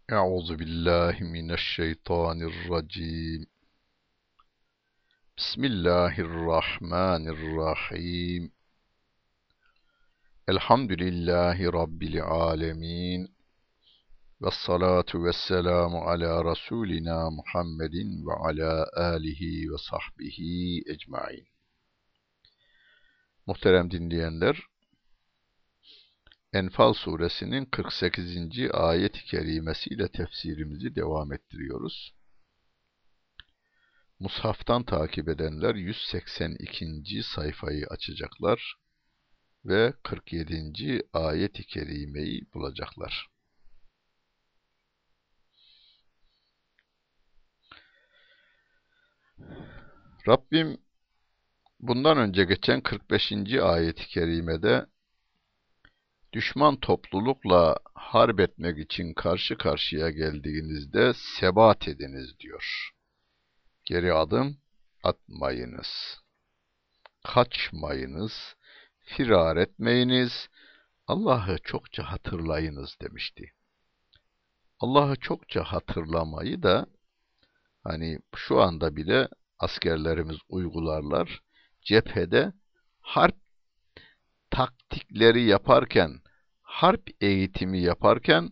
Euzu billahi mineşşeytanirracim. Bismillahirrahmanirrahim. Elhamdülillahi rabbil alamin. Vessalatu vesselamu ala rasulina Muhammedin ve ala alihi ve sahbihi ecmaîn. Muhterem dinleyenler, Enfal suresinin 48. ayet-i kerimesiyle tefsirimizi devam ettiriyoruz. Mushaftan takip edenler 182. sayfayı açacaklar ve 47. ayet-i kerimeyi bulacaklar. Rabbim bundan önce geçen 45. ayet-i kerimede düşman toplulukla harp etmek için karşı karşıya geldiğinizde sebat ediniz diyor. Geri adım atmayınız, kaçmayınız, firar etmeyiniz, Allah'ı çokça hatırlayınız demişti. Allah'ı çokça hatırlamayı da şu anda bile askerlerimiz uygularlar. Cephede harp taktikleri yaparken, harp eğitimi yaparken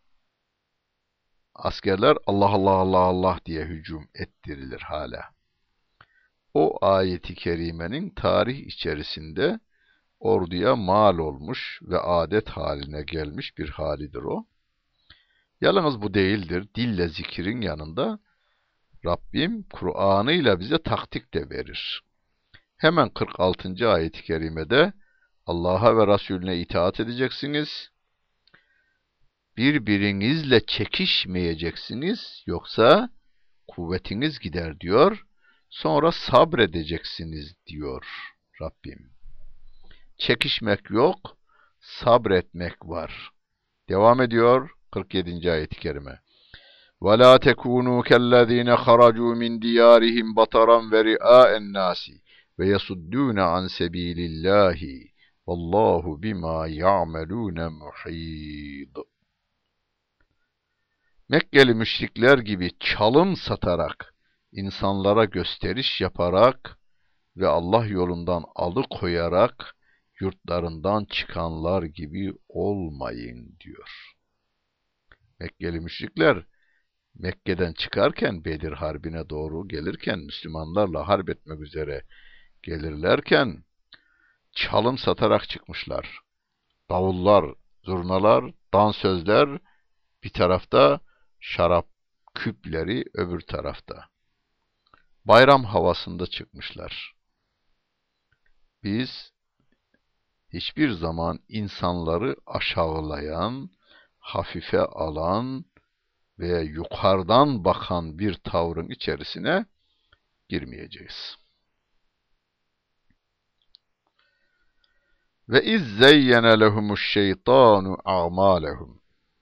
askerler Allah Allah Allah Allah diye hücum ettirilir hala. O ayeti kerimenin tarih içerisinde orduya mal olmuş ve adet haline gelmiş bir halidir o. Yalnız bu değildir. Dille zikirin yanında Rabbim Kur'an'ıyla bize taktik de verir. Hemen 46. ayet-i kerimede Allah'a ve Resulüne itaat edeceksiniz. Birbirinizle çekişmeyeceksiniz, yoksa kuvvetiniz gider diyor. Sonra sabredeceksiniz diyor Rabbim. Çekişmek yok, sabretmek var. Devam ediyor 47. ayet-i kerime. وَلَا تَكُونُوا كَالَّذ۪ينَ خَرَجُوا مِنْ دِيَارِهِمْ بَطَرًا وَرِئَاءَ النَّاسِ وَيَصُدُّونَ عَنْ سَب۪يلِ اللّٰهِ وَاللّٰهُ بِمَا يَعْمَلُونَ مُحِيطٌ. Mekkeli müşrikler gibi çalım satarak, insanlara gösteriş yaparak ve Allah yolundan alıkoyarak yurtlarından çıkanlar gibi olmayın diyor. Mekkeli müşrikler Mekke'den çıkarken, Bedir Harbi'ne doğru gelirken, Müslümanlarla harp etmek üzere gelirlerken çalım satarak çıkmışlar. Davullar, zurnalar, dansözler bir tarafta, şarap küpleri öbür tarafta. Bayram havasında çıkmışlar. Biz hiçbir zaman insanları aşağılayan, hafife alan veya yukarıdan bakan bir tavrın içerisine girmeyeceğiz. Ve iz zeyyene lehumuş şeytanu a'malehum.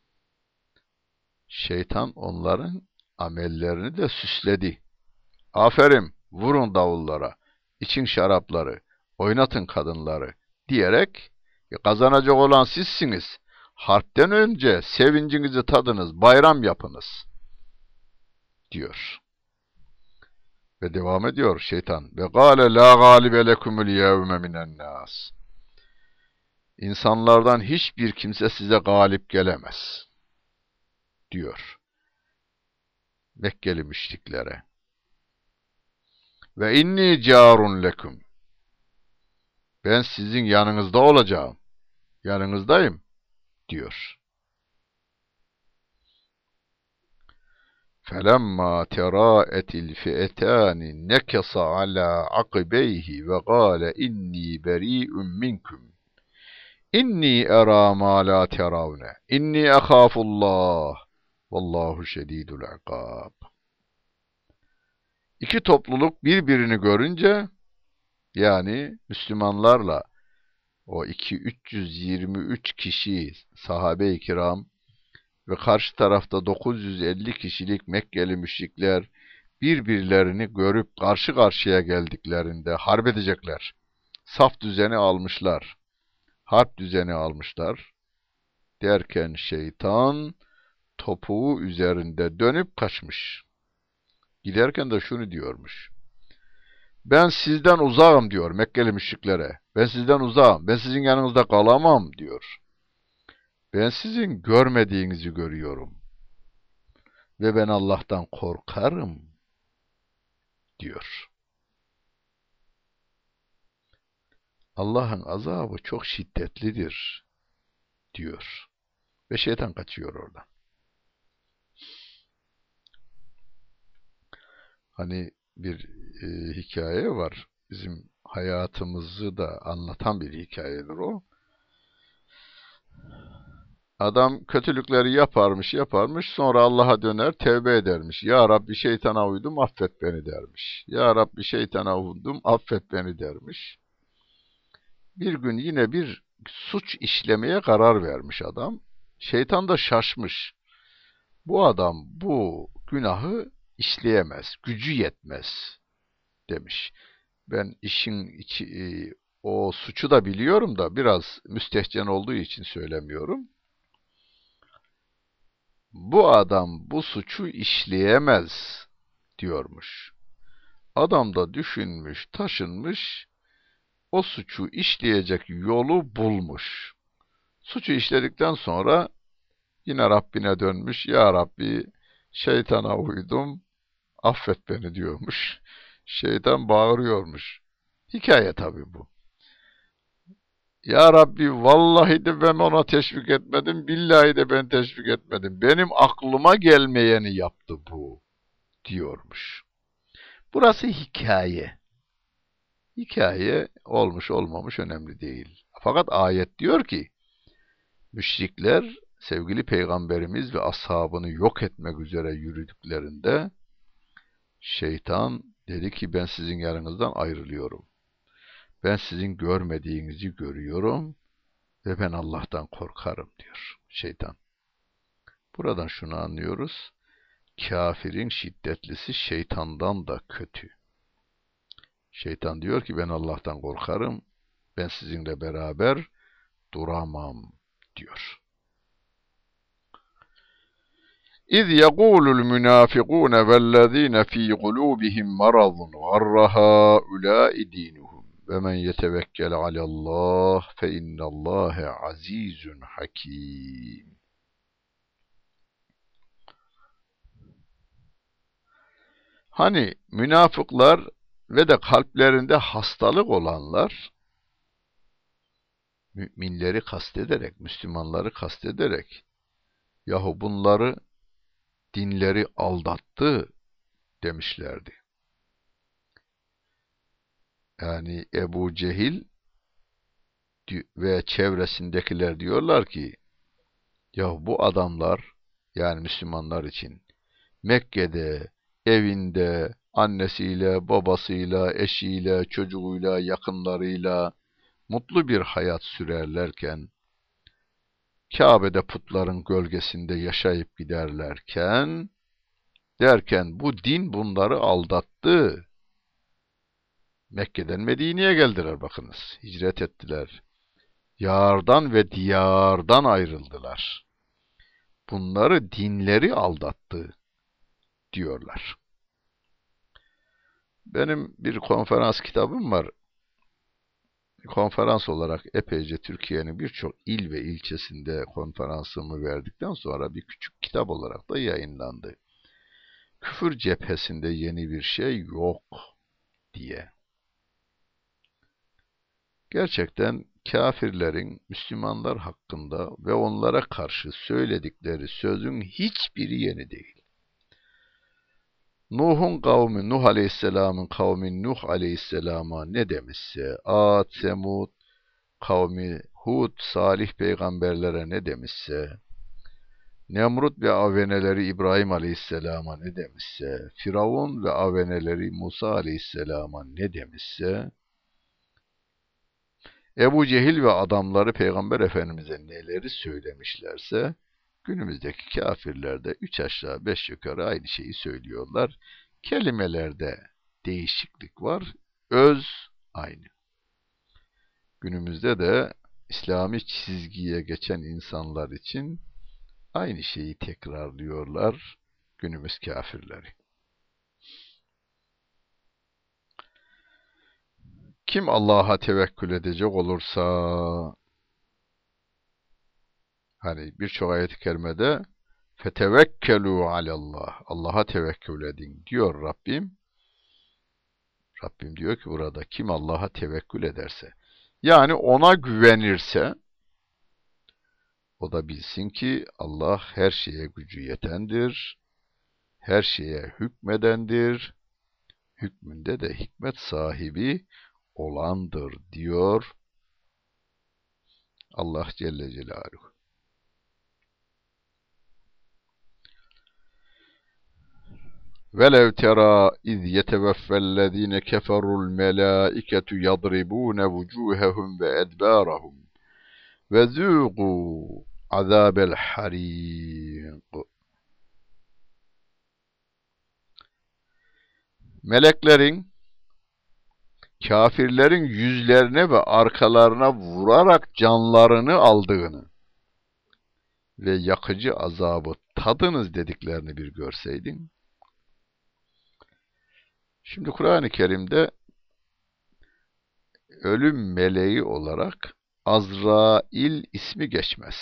Şeytan onların amellerini de süsledi. Aferin, vurun davullara, için şarapları, oynatın kadınları diyerek kazanacak olan sizsiniz. Harpten önce sevincinizi tadınız, bayram yapınız diyor. Ve devam ediyor şeytan. Ve gâle lâ gâlibe lekumul yevme minen nâs. İnsanlardan hiçbir kimse size galip gelemez diyor Mekkeli müşriklere. Ve inni carun lekum. Ben sizin yanınızda olacağım. Yanınızdayım diyor. فَلَمَّا تَرَاءَتِ الْفِئَتَانِ نَكَصَ عَلَى عَقِبَيْهِ وَقَالَ إِنِّي بَرِيءٌ مِنْكُمْ إِنِّي أَرَى مَا لَا تَرَوْنَ إِنِّي أَخَافُ اللّٰهِ وَاللّٰهُ شَد۪يدُ الْعِقَابِ. İki topluluk birbirini görünce, yani Müslümanlarla o 323 kişi sahabe-i kiram ve karşı tarafta 950 kişilik Mekkeli müşrikler birbirlerini görüp karşı karşıya geldiklerinde harp edecekler. Saf düzeni almışlar. Harp düzeni almışlar. Derken şeytan topuğu üzerinde dönüp kaçmış. Giderken de şunu diyormuş. Ben sizden uzağım diyor Mekkeli müşriklere. Ben sizden uzağım. Ben sizin yanınızda kalamam diyor. Ben sizin görmediğinizi görüyorum. Ve ben Allah'tan korkarım diyor. Allah'ın azabı çok şiddetlidir diyor. Ve şeytan kaçıyor oradan. Hani bir hikaye var. Bizim hayatımızı da anlatan bir hikayedir o. Adam kötülükleri yaparmış, sonra Allah'a döner, tevbe edermiş. Ya Rabbi şeytana uydum, affet beni dermiş. Ya Rabbi şeytana uydum, affet beni dermiş. Bir gün yine bir suç işlemeye karar vermiş adam. Şeytan da şaşmış. Bu adam bu günahı işleyemez, gücü yetmez demiş. Ben o suçu da biliyorum da biraz müstehcen olduğu için söylemiyorum. Bu adam bu suçu işleyemez diyormuş. Adam da düşünmüş, taşınmış, o suçu işleyecek yolu bulmuş. Suçu işledikten sonra yine Rabbine dönmüş. Ya Rabbi şeytana uydum, affet beni diyormuş. Şeytan bağırıyormuş. Hikaye tabii bu. Ya Rabbi vallahi de ben ona teşvik etmedim, billahi de ben teşvik etmedim. Benim aklıma gelmeyeni yaptı bu diyormuş. Burası hikaye. Hikaye olmuş olmamış önemli değil. Fakat ayet diyor ki, müşrikler sevgili peygamberimiz ve ashabını yok etmek üzere yürüdüklerinde şeytan dedi ki ben sizin yanınızdan ayrılıyorum. Ben sizin görmediğinizi görüyorum ve ben Allah'tan korkarım diyor şeytan. Buradan şunu anlıyoruz. Kafirin şiddetlisi şeytandan da kötü. Şeytan diyor ki ben Allah'tan korkarım, ben sizinle beraber duramam diyor. İz yekulul münafikun vellezine fi kulubihim maradun garra haulâi dinuhum ve men yetevekkel alallah fe innallâhe azîzun hakîm. Hani münafıklar ve de kalplerinde hastalık olanlar müminleri kastederek, Müslümanları kastederek yahu bunları dinleri aldattı demişlerdi. Yani Ebu Cehil ve çevresindekiler diyorlar ki ya bu adamlar yani Müslümanlar için Mekke'de, evinde, annesiyle, babasıyla, eşiyle, çocuğuyla, yakınlarıyla mutlu bir hayat sürerlerken, Kabe'de putların gölgesinde yaşayıp giderlerken, derken bu din bunları aldattı. Mekke'den Medine'ye geldiler bakınız. Hicret ettiler. Yardan ve diyardan ayrıldılar. Bunları dinleri aldattı diyorlar. Benim bir konferans kitabım var. Konferans olarak epeyce Türkiye'nin birçok il ve ilçesinde konferansımı verdikten sonra bir küçük kitap olarak da yayınlandı. Küfür cephesinde yeni bir şey yok diye. Gerçekten kafirlerin Müslümanlar hakkında ve onlara karşı söyledikleri sözün hiçbiri yeni değil. Nuh'un kavmi, Nuh Aleyhisselam'ın kavmi Nuh Aleyhisselam'a ne demişse, Ad, Semud, kavmi Hud, Salih peygamberlere ne demişse, Nemrut ve aveneleri İbrahim Aleyhisselam'a ne demişse, Firavun ve aveneleri Musa Aleyhisselam'a ne demişse, Ebu Cehil ve adamları Peygamber Efendimiz'e neleri söylemişlerse, günümüzdeki kafirler de 3 aşağı 5 yukarı aynı şeyi söylüyorlar. Kelimelerde değişiklik var, öz aynı. Günümüzde de İslami çizgiye geçen insanlar için Aynı şeyi tekrarlıyorlar günümüz kafirleri. Kim Allah'a tevekkül edecek olursa, hani birçok ayet-i kerimede fetevekkelu alallah, Allah'a tevekkül edin diyor Rabbim. Rabbim diyor ki burada kim Allah'a tevekkül ederse, yani ona güvenirse, o da bilsin ki Allah her şeye gücü yetendir, her şeye hükmedendir, hükmünde de hikmet sahibi olandır diyor Allah Celle Celaluhu. وَلَوْ تَرَى اِذْ يَتَوَفَّى الَّذ۪ينَ كَفَرُوا الْمَلَائِكَةُ يَضْرِبُونَ وُجُوهَهُمْ وَاَدْبَارَهُمْ وَذُوقُوا عَذَابَ الْحَر۪يقِ. Meleklerin kafirlerin yüzlerine ve arkalarına vurarak canlarını aldığını ve yakıcı azabı tadınız dediklerini bir görseydin. Şimdi Kur'an-ı Kerim'de ölüm meleği olarak Azrail ismi geçmez.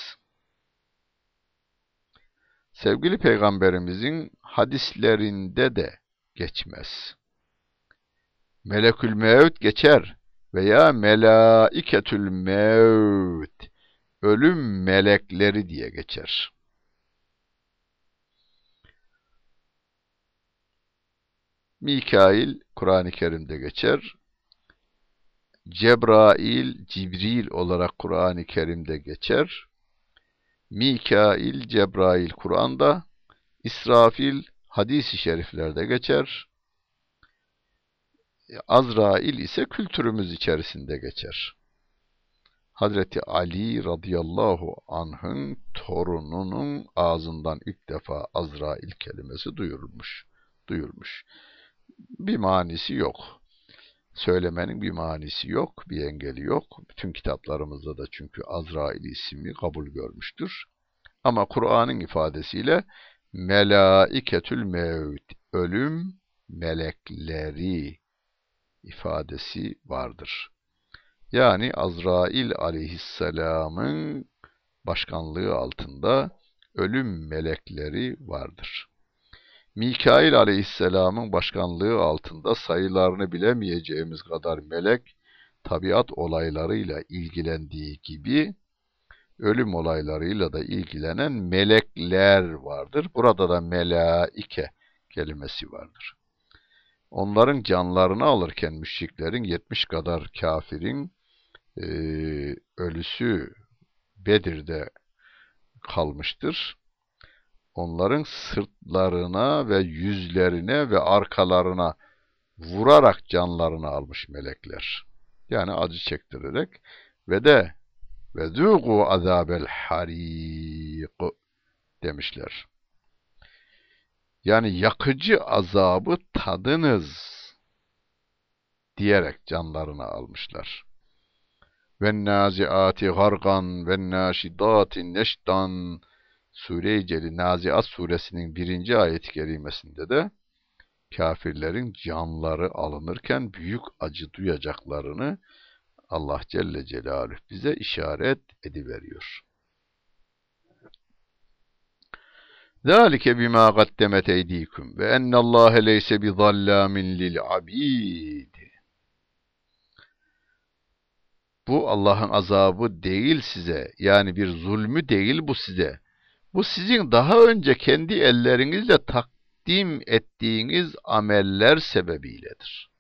Sevgili Peygamberimizin hadislerinde de geçmez. Melekül Mevt geçer veya Melaiketül Mevt, ölüm melekleri diye geçer. Mikail Kur'an-ı Kerim'de geçer. Cebrail, Cibril olarak Kur'an-ı Kerim'de geçer. Mikail, Cebrail Kur'an'da, İsrafil hadis-i şeriflerde geçer. Azrail ise kültürümüz içerisinde geçer. Hazreti Ali radıyallahu anh'ın torununun ağzından ilk defa Azrail kelimesi duyurmuş. Bir manisi yok. Söylemenin bir manisi yok, bir engeli yok. Bütün kitaplarımızda da çünkü Azrail ismi kabul görmüştür. Ama Kur'an'ın ifadesiyle Melaiketül Mevt, ölüm melekleri ifadesi vardır. Yani Azrail aleyhisselamın başkanlığı altında ölüm melekleri vardır. Mikail aleyhisselamın başkanlığı altında sayılarını bilemeyeceğimiz kadar melek, tabiat olaylarıyla ilgilendiği gibi, ölüm olaylarıyla da ilgilenen melekler vardır. Burada da melaike kelimesi vardır. Onların canlarını alırken müşriklerin 70 kadar kafirin ölüsü Bedir'de kalmıştır. Onların sırtlarına ve yüzlerine ve arkalarına vurarak canlarını almış melekler. Yani acı çektirerek ve de وَذُوقُوا عَذَابَ الْحَر۪يقِ demişler. Yani yakıcı azabı tadınız diyerek canlarını almışlar. وَالنَّازِعَاتِ غَرْقًا وَالنَّاشِدَاتِ نَشْطًا Sure-i Celil, Naziat suresinin 1. ayet-i kerimesinde de kafirlerin canları alınırken büyük acı duyacaklarını Allah Celle Celaluhu bize işaret ediveriyor. ذَٰلِكَ بِمَا قَدَّمَتْ اَيْد۪يكُمْ وَاَنَّ اللّٰهَ لَيْسَ بِظَلَّامٍ لِلْعَب۪يدِ. Bu Allah'ın azabı değil size, yani bir zulmü değil bu size. Bu sizin daha önce kendi ellerinizle takdim ettiğiniz ameller sebebiyledir.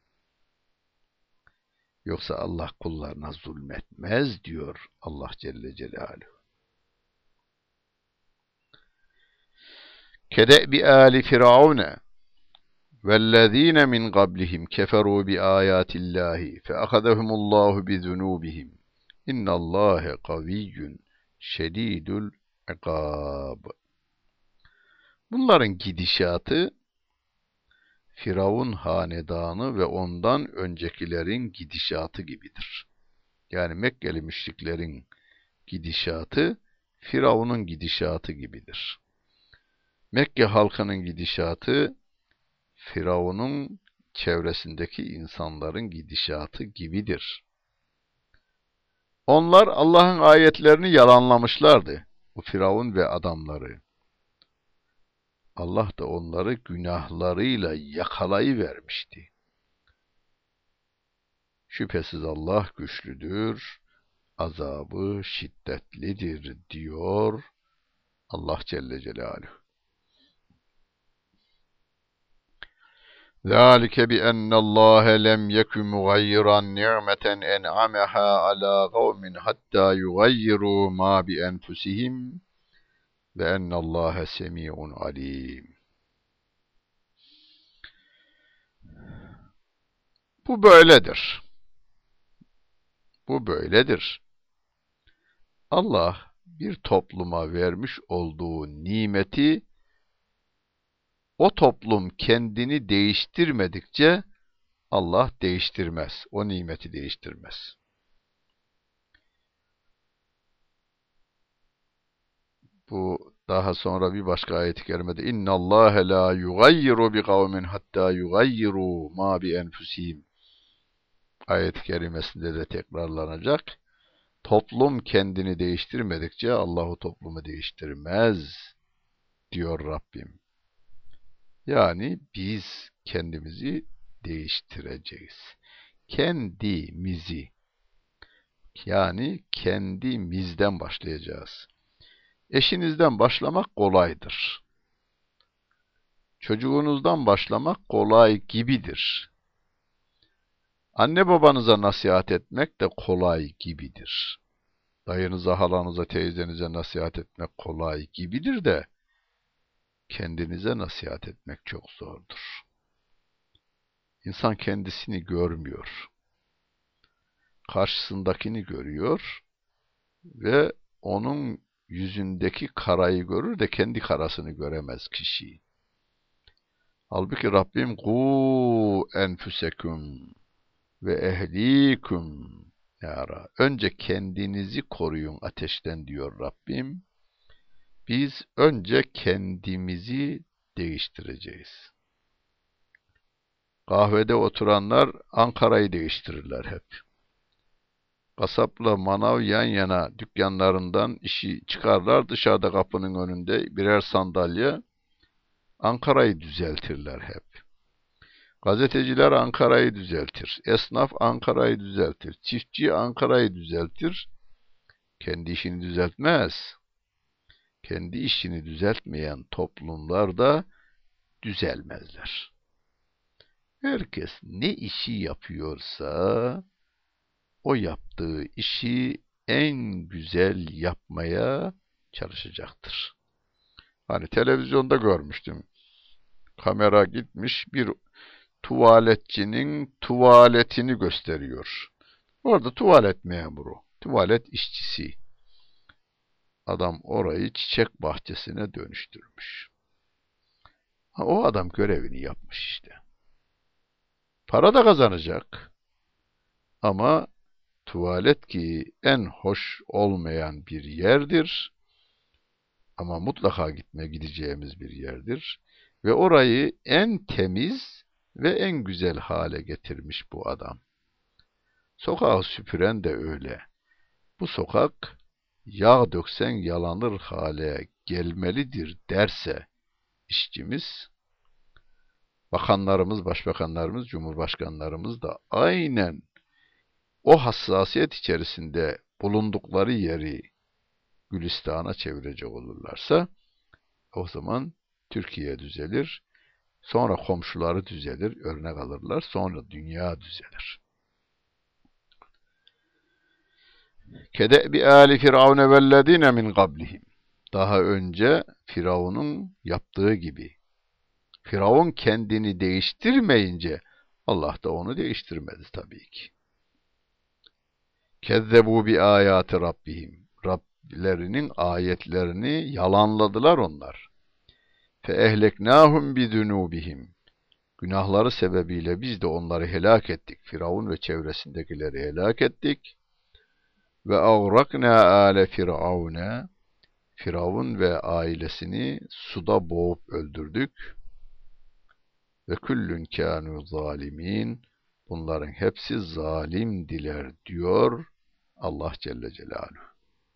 Yoksa Allah kullarına zulmetmez diyor Allah Celle Celaluhu. Kede'bi âli firavune vellezîne min qablihim keferû bi âyâtillâhi feahadahumullâhu bi zunûbihim innallâhe kaviyyun şedîdül ikâb. Bunların gidişatı Firavun hanedanı ve ondan öncekilerin gidişatı gibidir. Yani Mekkeli müşriklerin gidişatı Firavun'un gidişatı gibidir. Mekke halkının gidişatı, Firavun'un çevresindeki insanların gidişatı gibidir. Onlar Allah'ın ayetlerini yalanlamışlardı. Bu Firavun ve adamları. Allah da onları günahlarıyla yakalayıvermişti. Şüphesiz Allah güçlüdür, azabı şiddetlidir diyor Allah Celle Celaluhu. ذَٰلِكَ بِأَنَّ اللّٰهَ لَمْ يَكُ مُغَيِّرًا نِعْمَةً اَنْعَمَهَا عَلَى قَوْمٍ حَتَّى يُغَيِّرُوا مَا بِأَنْفُسِهِمْ وَاَنَّ اللّٰهَ سَمِيعٌ عَلِيمٌ. Bu böyledir. Bu böyledir. Allah bir topluma vermiş olduğu nimeti, o toplum kendini değiştirmedikçe Allah değiştirmez. O nimeti değiştirmez. Bu daha sonra bir başka ayet-i kerimede İnna Allah la yugayyiru bi kavmin hatta yugayyiru ma bi enfusihim ayet-i kerimesinde de tekrarlanacak. Toplum kendini değiştirmedikçe Allah o toplumu değiştirmez diyor Rabbim. Yani biz kendimizi değiştireceğiz. Kendimizi, yani kendimizden başlayacağız. Eşinizden başlamak kolaydır. Çocuğunuzdan başlamak kolay gibidir. Anne babanıza nasihat etmek de kolay gibidir. Dayınıza, halanıza, teyzenize nasihat etmek kolay gibidir de kendinize nasihat etmek çok zordur. İnsan kendisini görmüyor. Karşısındakini görüyor ve onun yüzündeki karayı görür de kendi karasını göremez kişi. Halbuki Rabbim "Qû enfusekum ve ehlikum nâra." Önce kendinizi koruyun ateşten diyor Rabbim. Biz önce kendimizi değiştireceğiz. Kahvede oturanlar Ankara'yı değiştirirler hep. Kasapla manav yan yana dükkanlarından işi çıkarlar, dışarıda kapının önünde birer sandalye Ankara'yı düzeltirler hep. Gazeteciler Ankara'yı düzeltir, esnaf Ankara'yı düzeltir, çiftçi Ankara'yı düzeltir, kendi işini düzeltmez. Kendi işini düzeltmeyen toplumlar da düzelmezler. Herkes ne işi yapıyorsa o yaptığı işi en güzel yapmaya çalışacaktır. Hani televizyonda görmüştüm. Kamera gitmiş bir tuvaletçinin tuvaletini gösteriyor. Orada tuvalet memuru, tuvalet işçisi. Adam orayı çiçek bahçesine dönüştürmüş. O adam görevini yapmış işte. Para da kazanacak. Ama tuvalet ki en hoş olmayan bir yerdir. Ama mutlaka gideceğimiz bir yerdir. Ve orayı en temiz ve en güzel hale getirmiş bu adam. Sokağı süpüren de öyle. Bu sokak yağ döksen yalanır hale gelmelidir derse işçimiz, bakanlarımız, başbakanlarımız, cumhurbaşkanlarımız da aynen o hassasiyet içerisinde bulundukları yeri Gülistan'a çevirecek olurlarsa o zaman Türkiye düzelir, sonra komşuları düzelir, örnek alırlar, sonra dünya düzelir. Kede'bi âli firavune vellezîne min qablihim. Daha önce Firavun'un yaptığı gibi. Firavun kendini değiştirmeyince Allah da onu değiştirmedi tabii ki. Kezzebû bi âyâti rabbihim. Rablerinin ayetlerini yalanladılar onlar. Fe ehleknâhum bi zunûbihim. Günahları sebebiyle biz de onları helak ettik. Firavun ve çevresindekileri helak ettik. Ve avraknâ âle firavune. Firavun ve ailesini suda boğup öldürdük. Ve küllün kânû zalimin. Bunların hepsi zalimdiler diyor Allah Celle Celaluhu.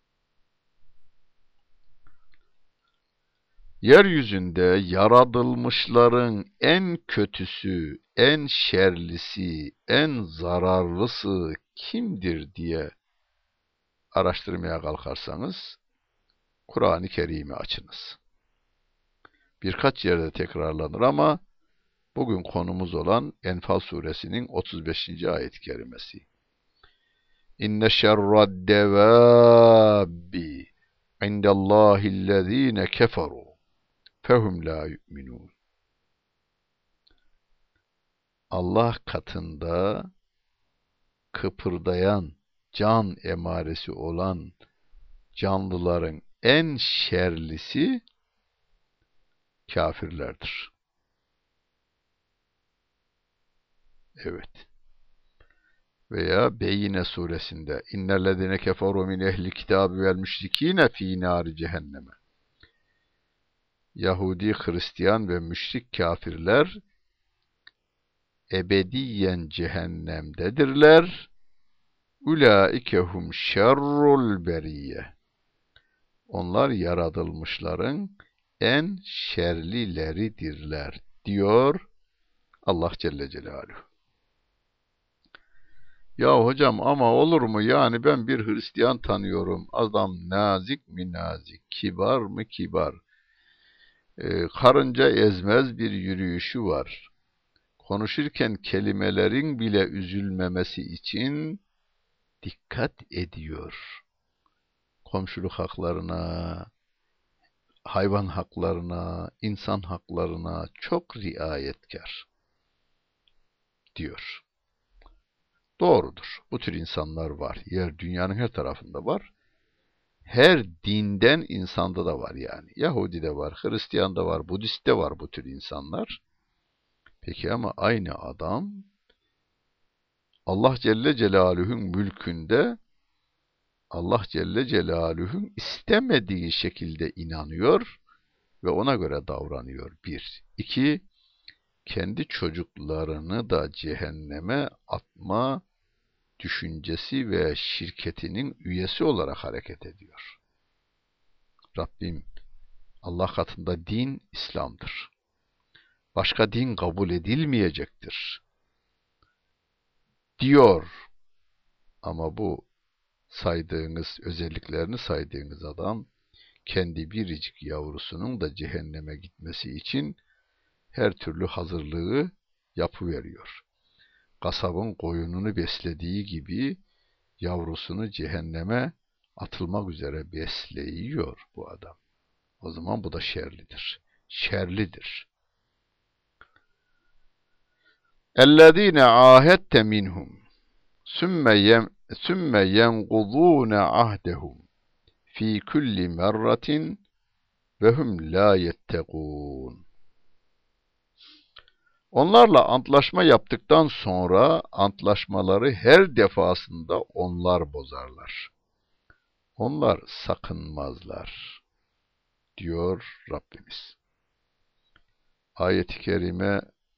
Yeryüzünde yaratılmışların en kötüsü, en şerlisi, en zararlısı kimdir diye araştırmaya kalkarsanız Kur'an-ı Kerim'i açınız. Birkaç yerde tekrarlanır ama bugün konumuz olan Enfal suresinin 35. ayet-i kerimesi. İnne şerraddevâbbi indellâhillezîne keferû fehum lâ yu'minûn. Allah katında kıpırdayan, can emaresi olan canlıların en şerlisi kafirlerdir. Evet. Veya Beyyine suresinde innellezine keferu min ehli kitabı vel müşrikine fî nâri cehenneme. Yahudi, Hristiyan ve müşrik kafirler ebediyen cehennemdedirler. Ulaike hum şerrul beriyye. Onlar yaratılmışların en şerlileridirler diyor Allah Celle Celaluhu. Ya hocam ama olur mu yani ben bir Hristiyan tanıyorum. Adam nazik mi nazik, kibar mı kibar. Karınca ezmez bir yürüyüşü var. Konuşurken kelimelerin bile üzülmemesi için dikkat ediyor. Komşuluk haklarına, hayvan haklarına, insan haklarına çok riayetkar diyor. Doğrudur. Bu tür insanlar var. Dünyanın her tarafında var. Her dinden insanda da var yani. Yahudi'de var, Hristiyan'da var, Budist'te var bu tür insanlar. Peki ama aynı adam Allah Celle Celaluhu'nun mülkünde Allah Celle Celaluhu'nun istemediği şekilde inanıyor ve ona göre davranıyor. Bir. İki, kendi çocuklarını da cehenneme atma düşüncesi ve şirketinin üyesi olarak hareket ediyor. Rabbim, Allah katında din İslam'dır. Başka din kabul edilmeyecektir diyor. Ama bu saydığınız, özelliklerini saydığınız adam kendi biricik yavrusunun da cehenneme gitmesi için her türlü hazırlığı yapıveriyor. Kasabın koyununu beslediği gibi yavrusunu cehenneme atılmak üzere besleyiyor bu adam. O zaman bu da şerlidir. Şerlidir. اَلَّذ۪ينَ عَاهَدْتَ مِنْهُمْ ثُمَّ يَنْقُضُونَ عَهْدَهُمْ ف۪ي كُلِّ مَرَّةٍ وَهُمْ لَا يَتَّقُونَ. Onlarla antlaşma yaptıktan sonra antlaşmaları her defasında onlar bozarlar. Onlar sakınmazlar diyor Rabbimiz. Ayet-i kerime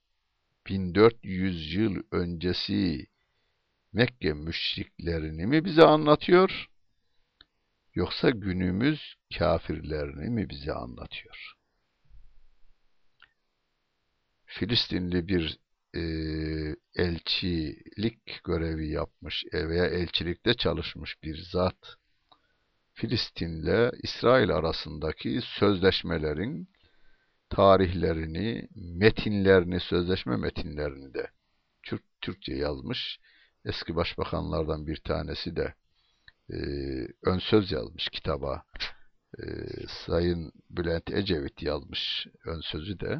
1400 yıl öncesi Mekke müşriklerini mi bize anlatıyor, yoksa günümüz kafirlerini mi bize anlatıyor? Filistinli bir elçilik görevi yapmış veya elçilikte çalışmış bir zat, Filistin'le İsrail arasındaki sözleşmelerin tarihlerini, metinlerini, sözleşme metinlerini de Türkçe yazmış. Eski başbakanlardan bir tanesi de ön söz yazmış kitaba. Sayın Bülent Ecevit yazmış ön sözü de.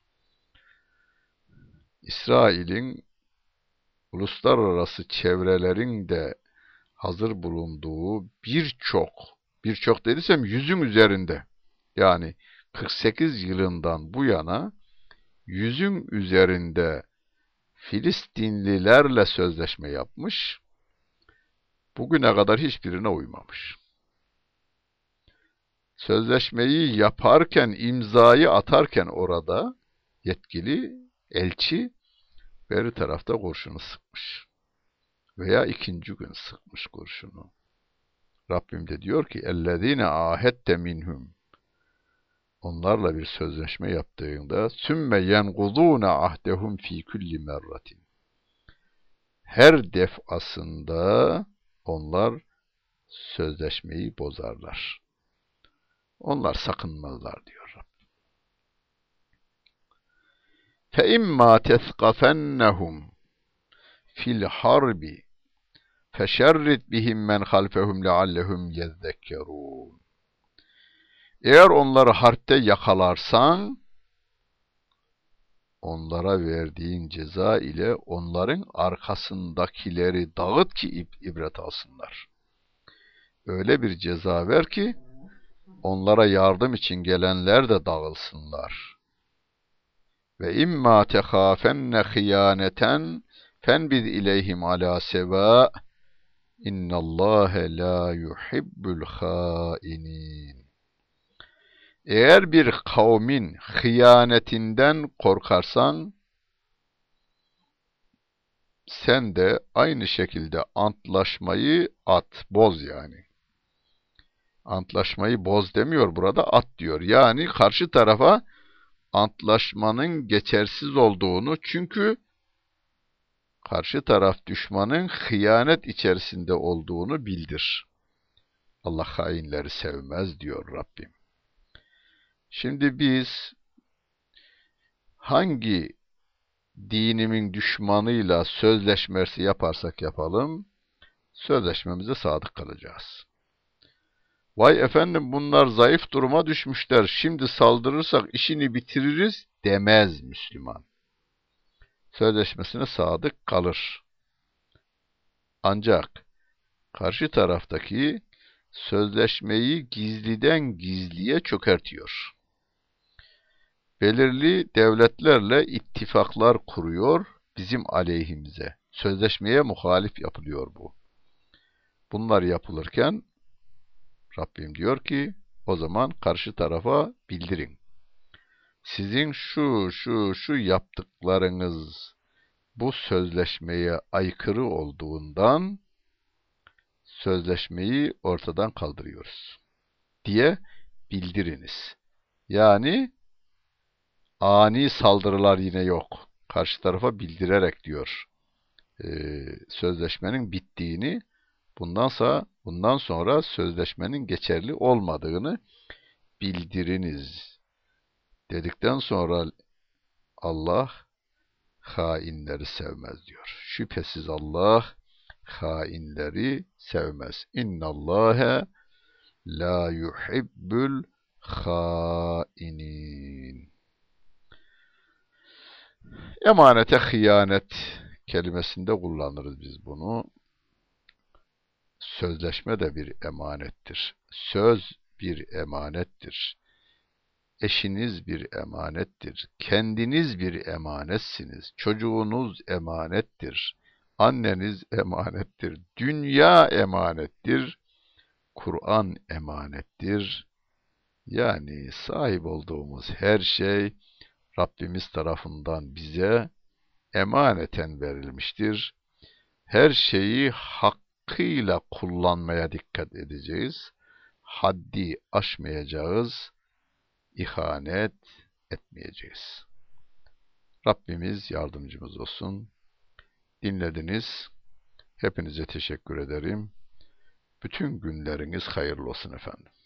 İsrail'in uluslararası çevrelerin de hazır bulunduğu birçok dediysem 100'ün üzerinde, yani 48 yılından bu yana 100'ün üzerinde Filistinlilerle sözleşme yapmış, bugüne kadar hiçbirine uymamış. Sözleşmeyi yaparken, imzayı atarken orada yetkili elçi beri tarafta kurşunu sıkmış. Veya ikinci gün sıkmış kurşunu. Rabbim de diyor ki اَلَّذ۪ينَ عَاهَدْتَ مِنْهُمْ Onlarla bir sözleşme yaptığında ثُمَّ يَنْقُضُونَ عَهْدَهُمْ ف۪ي كُلِّ مَرَّةٍ Her defasında onlar sözleşmeyi bozarlar. Onlar sakınmazlar diyor Rabbim. فَاِمَّا تَثْقَفَنَّهُمْ فِي الْحَرْبِ فَشَرِّدْ بِهِمْ مَنْ خَلْفَهُمْ لَعَلَّهُمْ يَذَّكَّرُونَ Eğer onları harpte yakalarsan, onlara verdiğin ceza ile onların arkasındakileri dağıt ki ibret alsınlar. Öyle bir ceza ver ki, onlara yardım için gelenler de dağılsınlar. Ve imma tehafenne hıyaneten fenbid ileyhim ala seva innallâhe la yuhibbul hainin. Eğer bir kavmin hıyanetinden korkarsan, sen de aynı şekilde antlaşmayı at, boz yani. Antlaşmayı boz demiyor burada, at diyor. Yani karşı tarafa antlaşmanın geçersiz olduğunu, çünkü karşı taraf düşmanın hıyanet içerisinde olduğunu bildir. Allah hainleri sevmez diyor Rabbim. Şimdi biz hangi dinimin düşmanıyla sözleşmesi yaparsak yapalım, sözleşmemize sadık kalacağız. Vay efendim bunlar zayıf duruma düşmüşler, şimdi saldırırsak işini bitiririz demez Müslüman. Sözleşmesine sadık kalır. Ancak karşı taraftaki sözleşmeyi gizliden gizliye çökertiyor. Belirli devletlerle ittifaklar kuruyor bizim aleyhimize. Sözleşmeye muhalif yapılıyor bu. Bunlar yapılırken Rabbim diyor ki o zaman karşı tarafa bildirin. Sizin şu yaptıklarınız bu sözleşmeye aykırı olduğundan sözleşmeyi ortadan kaldırıyoruz diye bildiriniz. Yani ani saldırılar yine yok. Karşı tarafa bildirerek diyor sözleşmenin bittiğini, bundan sonra sözleşmenin geçerli olmadığını bildiriniz dedikten sonra Allah hainleri sevmez diyor. Şüphesiz Allah hainleri sevmez. İnnallâhe la yuhibbul hainin. Emanete hıyanet kelimesinde kullanırız biz bunu. Sözleşme de bir emanettir. Söz bir emanettir. Eşiniz bir emanettir. Kendiniz bir emanetsiniz. Çocuğunuz emanettir. Anneniz emanettir. Dünya emanettir. Kur'an emanettir. Yani sahip olduğumuz her şey Rabbimiz tarafından bize emaneten verilmiştir. Her şeyi hakkıyla kullanmaya dikkat edeceğiz. Haddi aşmayacağız. İhanet etmeyeceğiz. Rabbimiz yardımcımız olsun. Dinlediniz. Hepinize teşekkür ederim. Bütün günleriniz hayırlı olsun efendim.